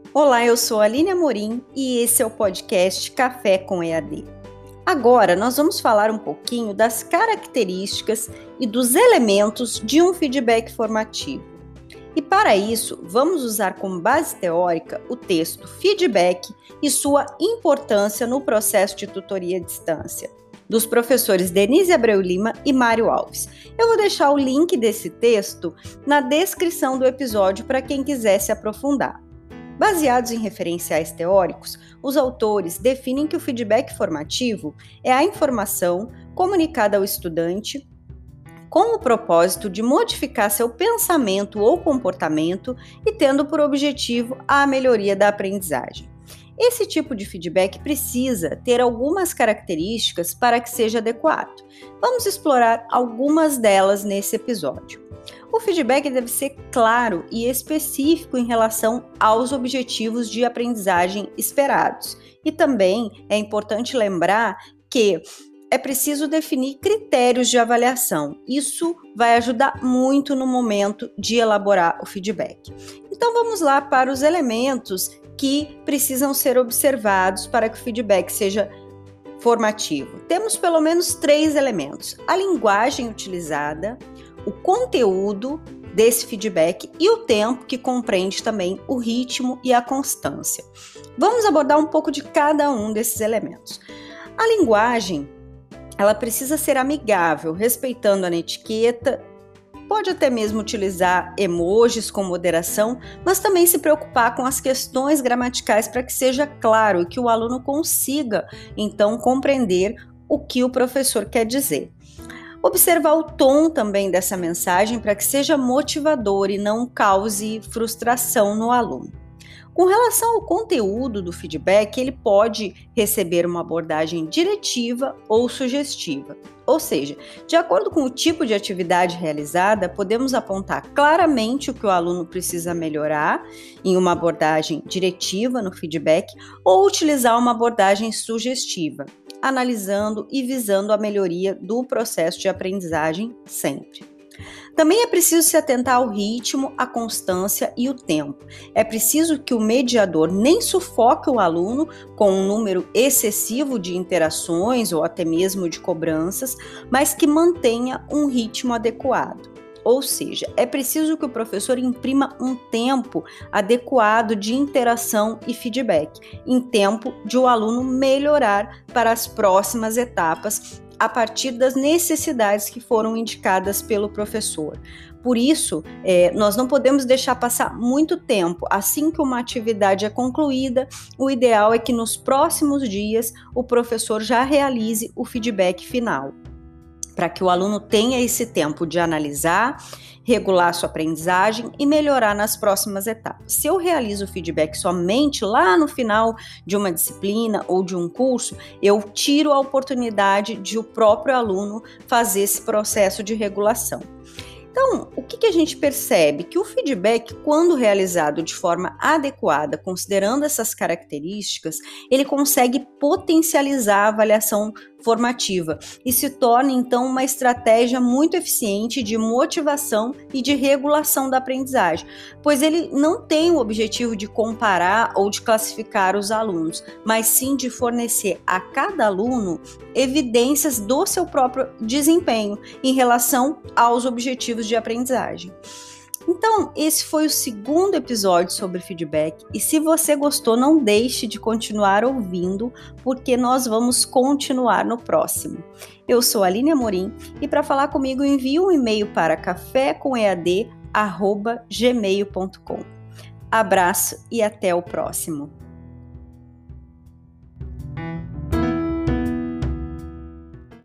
Olá, eu sou a Aline Amorim e esse é o podcast Café com EAD. Agora nós vamos falar um pouquinho das características e dos elementos de um feedback formativo. E para isso, vamos usar como base teórica o texto Feedback e sua importância no processo de tutoria à distância, dos professores Denise Abreu Lima e Mário Alves. Eu vou deixar o link desse texto na descrição do episódio para quem quiser se aprofundar. Baseados em referenciais teóricos, os autores definem que o feedback formativo é a informação comunicada ao estudante com o propósito de modificar seu pensamento ou comportamento e tendo por objetivo a melhoria da aprendizagem. Esse tipo de feedback precisa ter algumas características para que seja adequado. Vamos explorar algumas delas nesse episódio. O feedback deve ser claro e específico em relação aos objetivos de aprendizagem esperados. E também é importante lembrar que é preciso definir critérios de avaliação. Isso vai ajudar muito no momento de elaborar o feedback. Então vamos lá para os elementos que precisam ser observados para que o feedback seja formativo. Temos pelo menos 3 elementos: a linguagem utilizada, o conteúdo desse feedback e o tempo, que compreende também o ritmo e a constância. Vamos abordar um pouco de cada um desses elementos. A linguagem, ela precisa ser amigável, respeitando a etiqueta, pode até mesmo utilizar emojis com moderação, mas também se preocupar com as questões gramaticais para que seja claro e que o aluno consiga, então, compreender o que o professor quer dizer. Observar o tom também dessa mensagem para que seja motivador e não cause frustração no aluno. Com relação ao conteúdo do feedback, ele pode receber uma abordagem diretiva ou sugestiva. Ou seja, de acordo com o tipo de atividade realizada, podemos apontar claramente o que o aluno precisa melhorar em uma abordagem diretiva no feedback ou utilizar uma abordagem sugestiva, analisando e visando a melhoria do processo de aprendizagem sempre. Também é preciso se atentar ao ritmo, à constância e o tempo. É preciso que o mediador nem sufoque o aluno com um número excessivo de interações ou até mesmo de cobranças, mas que mantenha um ritmo adequado. Ou seja, é preciso que o professor imprima um tempo adequado de interação e feedback, em tempo de o aluno melhorar para as próximas etapas, a partir das necessidades que foram indicadas pelo professor. Por isso, nós não podemos deixar passar muito tempo. Assim que uma atividade é concluída, o ideal é que nos próximos dias o professor já realize o feedback final, para que o aluno tenha esse tempo de analisar, regular sua aprendizagem e melhorar nas próximas etapas. Se eu realizo o feedback somente lá no final de uma disciplina ou de um curso, eu tiro a oportunidade de o próprio aluno fazer esse processo de regulação. Então, o que a gente percebe? Que o feedback, quando realizado de forma adequada, considerando essas características, ele consegue potencializar a avaliação formativa e se torna, então, uma estratégia muito eficiente de motivação e de regulação da aprendizagem, pois ele não tem o objetivo de comparar ou de classificar os alunos, mas sim de fornecer a cada aluno evidências do seu próprio desempenho em relação aos objetivos de aprendizagem. Então, esse foi o segundo episódio sobre feedback e se você gostou, não deixe de continuar ouvindo, porque nós vamos continuar no próximo. Eu sou a Aline Amorim e para falar comigo envie um e-mail para cafécomead@gmail.com. Abraço e até o próximo.